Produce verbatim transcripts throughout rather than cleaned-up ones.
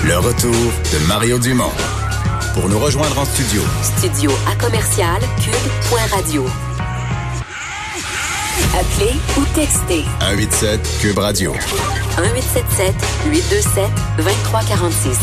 Le retour de Mario Dumont. Pour nous rejoindre en studio. Studio à commercial cube point radio. Appelez ou textez. un huit sept Cube Radio. un huit sept sept huit deux sept deux trois quatre six.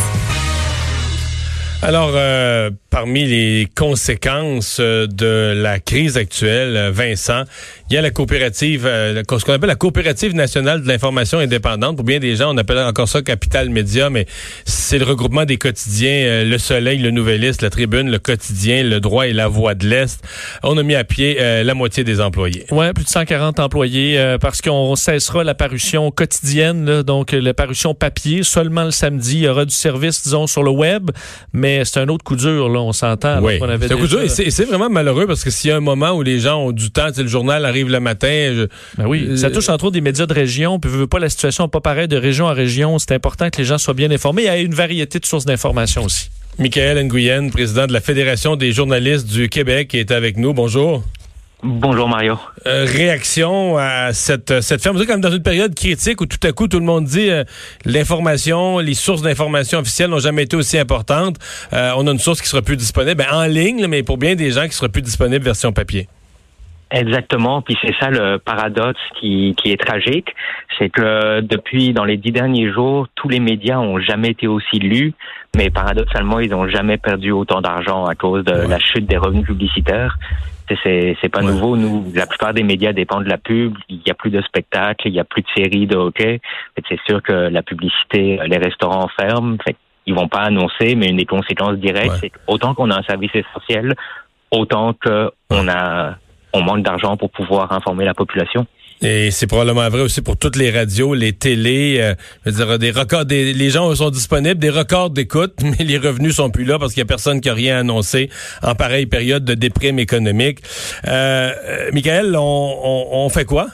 Alors, euh, parmi les conséquences de la crise actuelle, Vincent, il y a la coopérative, euh, ce qu'on appelle la coopérative nationale de l'information indépendante. Pour bien des gens, on appelle encore ça Capital Média, mais c'est le regroupement des quotidiens, euh, Le Soleil, Le Nouvelliste, La Tribune, Le Quotidien, Le Droit et La Voix de l'Est. On a mis à pied euh, la moitié des employés. Ouais, plus de cent quarante employés, euh, parce qu'on cessera la parution quotidienne, là, donc la parution papier, seulement le samedi. Il y aura du service, disons, sur le web, mais c'est un autre coup dur, là, on s'entend. Oui, on avait c'est un coup déjà... dur et c'est, c'est vraiment malheureux parce que s'il y a un moment où les gens ont du temps, le journal arrive le matin... Je... Ben oui, euh... ça touche entre autres des médias de région, puis veut pas la situation pas pareille de région en région. C'est important que les gens soient bien informés. Il y a une variété de sources d'information aussi. Michaël Nguyen, président de la Fédération des journalistes du Québec, est avec nous. Bonjour. Bonjour Mario. Euh, réaction à cette cette fermeture, comme dans une période critique où tout à coup tout le monde dit euh, l'information, les sources d'information officielles n'ont jamais été aussi importantes. Euh, on a une source qui sera plus disponible, ben, en ligne, mais pour bien des gens qui sera plus disponible version papier. Exactement, puis c'est ça le paradoxe qui, qui est tragique, c'est que depuis, dans les dix derniers jours, tous les médias ont jamais été aussi lus, mais paradoxalement, ils ont jamais perdu autant d'argent à cause de ouais. la chute des revenus publicitaires. C'est, c'est, c'est pas ouais. nouveau, nous, la plupart des médias dépendent de la pub, il y a plus de spectacles, il y a plus de séries de hockey, fait, c'est sûr que la publicité, les restaurants ferment, fait, ils vont pas annoncer, mais une des conséquences directes, ouais. c'est qu'autant qu'on a un service essentiel, autant qu'on a... on manque d'argent pour pouvoir informer la population. Et c'est probablement vrai aussi pour toutes les radios, les télés, euh, je veux dire, des records, des, les gens sont disponibles, des records d'écoute, mais les revenus sont plus là parce qu'il y a personne qui a rien annoncé en pareille période de déprime économique. Euh, euh, Michaël, on, on, on fait quoi?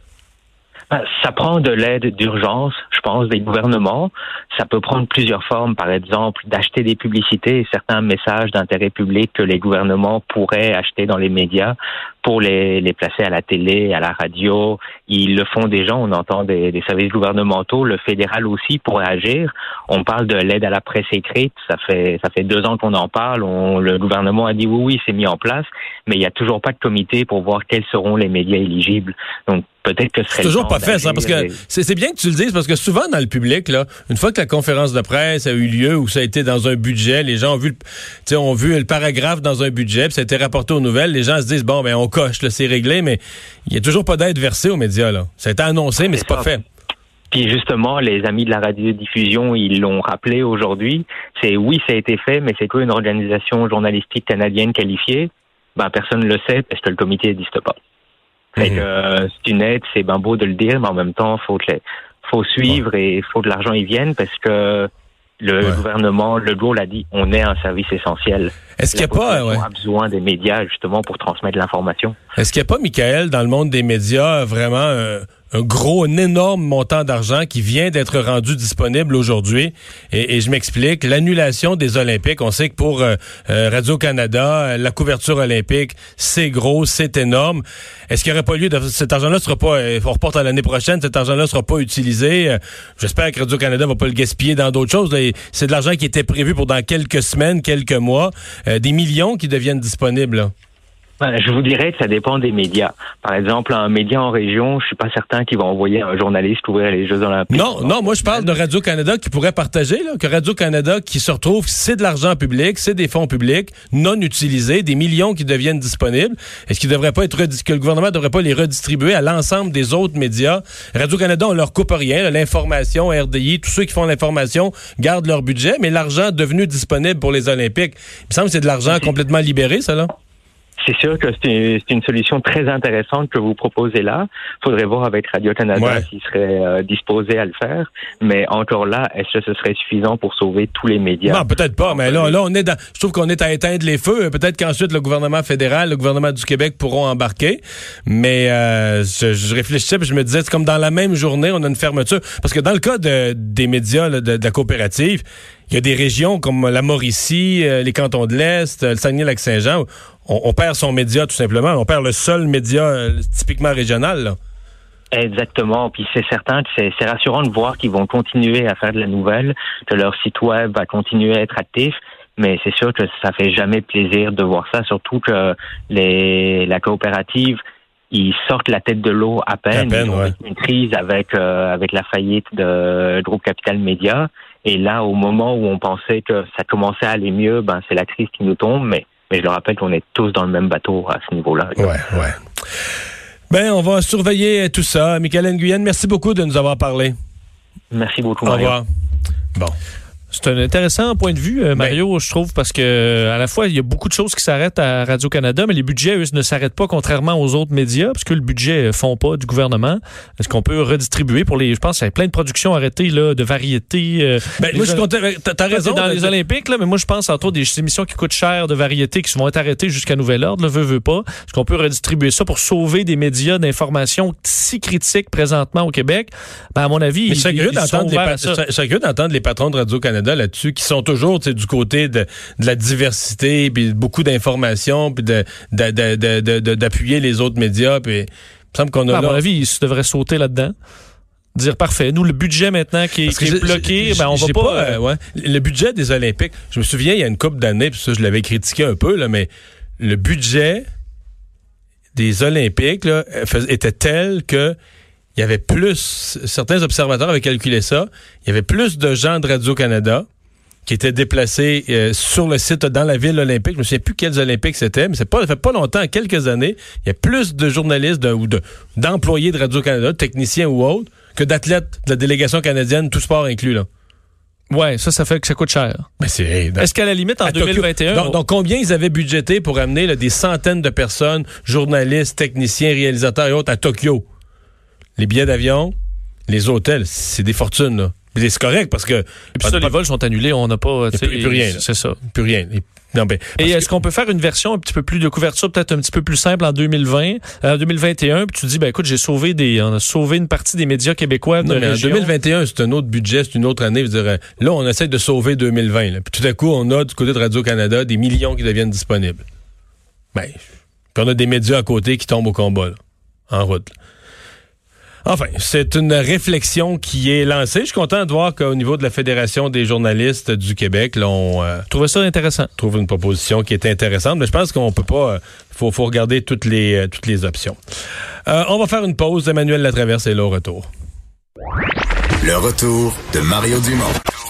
Ça prend de l'aide d'urgence, je pense, des gouvernements. Ça peut prendre plusieurs formes, par exemple, d'acheter des publicités et certains messages d'intérêt public que les gouvernements pourraient acheter dans les médias pour les, les placer à la télé, à la radio. Ils le font déjà, on entend des, des services gouvernementaux. Le fédéral aussi pourrait agir. On parle de l'aide à la presse écrite. Ça fait ça fait deux ans qu'on en parle. On, le gouvernement a dit oui, oui, c'est mis en place, mais il n'y a toujours pas de comité pour voir quels seront les médias éligibles. Donc, peut-être que ce serait c'est toujours pas fait, ça, parce que c'est, c'est bien que tu le dises, parce que souvent dans le public, là, une fois que la conférence de presse a eu lieu ou ça a été dans un budget, les gens ont vu, tu sais, ont vu le paragraphe dans un budget, puis ça a été rapporté aux nouvelles, les gens se disent bon, ben on coche, là, c'est réglé, mais il y a toujours pas d'aide versée aux médias, là. Ça a été annoncé, mais c'est, c'est pas fait. Puis justement, les amis de la radiodiffusion, ils l'ont rappelé aujourd'hui. C'est oui, ça a été fait, mais c'est quoi une organisation journalistique canadienne qualifiée? Ben personne ne le sait parce que le comité n'existe pas. Fait que euh, c'est une aide, c'est ben beau de le dire, mais en même temps, faut que les, faut suivre ouais. et il faut que l'argent y vienne parce que le ouais. gouvernement, Legault l'a dit, on est un service essentiel. Est-ce qu'il n'y a pas, ouais. on a besoin des médias justement pour transmettre l'information. Est-ce qu'il n'y a pas, Michaël, dans le monde des médias, vraiment euh, un gros, un énorme montant d'argent qui vient d'être rendu disponible aujourd'hui? Et, et je m'explique, l'annulation des Olympiques, on sait que pour euh, euh, Radio-Canada, la couverture olympique, c'est gros, c'est énorme. Est-ce qu'il n'y aurait pas lieu de... Cet argent-là sera pas... Euh, on reporte à l'année prochaine, cet argent-là sera pas utilisé. Euh, j'espère que Radio-Canada va pas le gaspiller dans d'autres choses. Là, c'est de l'argent qui était prévu pour dans quelques semaines, quelques mois. Euh, des millions qui deviennent disponibles, là. Je vous dirais que ça dépend des médias. Par exemple, un média en région, je suis pas certain qu'il va envoyer un journaliste couvrir les Jeux Olympiques. Non, non, moi je parle de Radio-Canada qui pourrait partager, là, que Radio-Canada qui se retrouve, c'est de l'argent public, c'est des fonds publics non utilisés, des millions qui deviennent disponibles. Est-ce qu'ils devraient pas être redis- que le gouvernement devrait pas les redistribuer à l'ensemble des autres médias? Radio-Canada, on leur coupe rien, là, l'information, R D I, tous ceux qui font l'information gardent leur budget, mais l'argent devenu disponible pour les Olympiques, il me semble que c'est de l'argent complètement libéré, ça, là. C'est sûr que c'est une, c'est une solution très intéressante que vous proposez là. Il faudrait voir avec Radio-Canada ouais. s'ils seraient euh, disposés à le faire. Mais encore là, est-ce que ce serait suffisant pour sauver tous les médias? Non, peut-être pas. Mais là, là, on est dans. Je trouve qu'on est à éteindre les feux. Peut-être qu'ensuite le gouvernement fédéral, le gouvernement du Québec pourront embarquer. Mais euh, je, je réfléchissais, puis je me disais, c'est comme dans la même journée, on a une fermeture. Parce que dans le cas de, des médias là, de, de la coopérative, il y a des régions comme la Mauricie, euh, les cantons de l'Est, le Saguenay-Lac-Saint-Jean, on, on perd son média tout simplement. On perd le seul média euh, typiquement régional, là. Exactement. Puis c'est certain que c'est, c'est rassurant de voir qu'ils vont continuer à faire de la nouvelle, que leur site web va continuer à être actif. Mais c'est sûr que ça fait jamais plaisir de voir ça, surtout que les, la coopérative, ils sortent la tête de l'eau à peine. À peine, ils ont ouais. une crise avec euh, avec la faillite de Groupe Capital Média. Et là, au moment où on pensait que ça commençait à aller mieux, ben c'est la crise qui nous tombe. Mais mais je le rappelle qu'on est tous dans le même bateau à ce niveau-là. Ouais, ouais. Ben, on va surveiller tout ça. Michaël Nguyen, merci beaucoup de nous avoir parlé. Merci beaucoup, Au Mario. revoir. Bon. C'est un intéressant point de vue, euh, Mario, ben, je trouve, parce que à la fois, il y a beaucoup de choses qui s'arrêtent à Radio-Canada, mais les budgets, eux, ne s'arrêtent pas, contrairement aux autres médias, parce que le budget ne fond pas du gouvernement. Est-ce qu'on peut redistribuer pour les... Je pense qu'il y a plein de productions arrêtées là, de variétés. Euh, ben, moi, je suis content. T'as, t'as raison. Dans ben, les Olympiques, là, mais moi, je pense entre autres des émissions qui coûtent cher de variétés qui vont être arrêtées jusqu'à nouvel ordre, là, veut, veut pas. Est-ce qu'on peut redistribuer ça pour sauver des médias d'information si critiques présentement au Québec? Ben, à mon avis, mais je serais curieux d'entendre, les pa- ça. d'entendre les patrons de Radio-Canada là-dessus qui sont toujours du côté de, de la diversité, puis beaucoup d'informations, puis de, de, de, de, de, de, d'appuyer les autres médias. Puis, il me semble qu'on a à là... mon avis, ils devraient sauter là-dedans. Dire parfait. Nous, le budget maintenant qui est, qui est bloqué, ben on va pas. pas euh, ouais. Le budget des Olympiques, je me souviens, il y a une couple d'années, puis ça, je l'avais critiqué un peu, là, mais le budget des Olympiques là, était tel que il y avait plus, certains observateurs avaient calculé ça, il y avait plus de gens de Radio-Canada qui étaient déplacés euh, sur le site dans la ville olympique. Je me souviens plus quels Olympiques c'était, mais c'est pas, ça fait pas longtemps, quelques années, il y a plus de journalistes de, ou de, d'employés de Radio-Canada, de techniciens ou autres, que d'athlètes de la délégation canadienne, tout sport inclus, là. Ouais, ça, ça fait que ça coûte cher. Mais c'est, hey, dans, Est-ce qu'à la limite, en deux mille vingt et un... Donc, on... donc, combien ils avaient budgété pour amener là, des centaines de personnes, journalistes, techniciens, réalisateurs et autres, à Tokyo? Les billets d'avion, les hôtels, c'est des fortunes, là. Mais c'est correct parce que... Et puis ça, pas, les vols sont annulés, on n'a pas... Il n'y a plus rien. Là. C'est ça. Plus rien. Et, non, ben, et est-ce que... qu'on peut faire une version un petit peu plus de couverture, peut-être un petit peu plus simple en deux mille vingt, euh, deux mille vingt et un, puis tu dis, ben écoute, j'ai sauvé des... On a sauvé une partie des médias québécois de non, mais région. En deux mille vingt et un, c'est un autre budget, c'est une autre année. Je veux dire, là, on essaie de sauver deux mille vingt. Là. Puis tout à coup, on a du côté de Radio-Canada des millions qui deviennent disponibles. Ben, puis on a des médias à côté qui tombent au combat, là, en route. Là. Enfin, c'est une réflexion qui est lancée. Je suis content de voir qu'au niveau de la Fédération des journalistes du Québec, là, on euh, trouvait ça intéressant. Trouve une proposition qui est intéressante, mais je pense qu'on peut pas... Il faut, faut regarder toutes les, euh, toutes les options. Euh, on va faire une pause. Emmanuel Latraverse est là au retour. Le retour de Mario Dumont.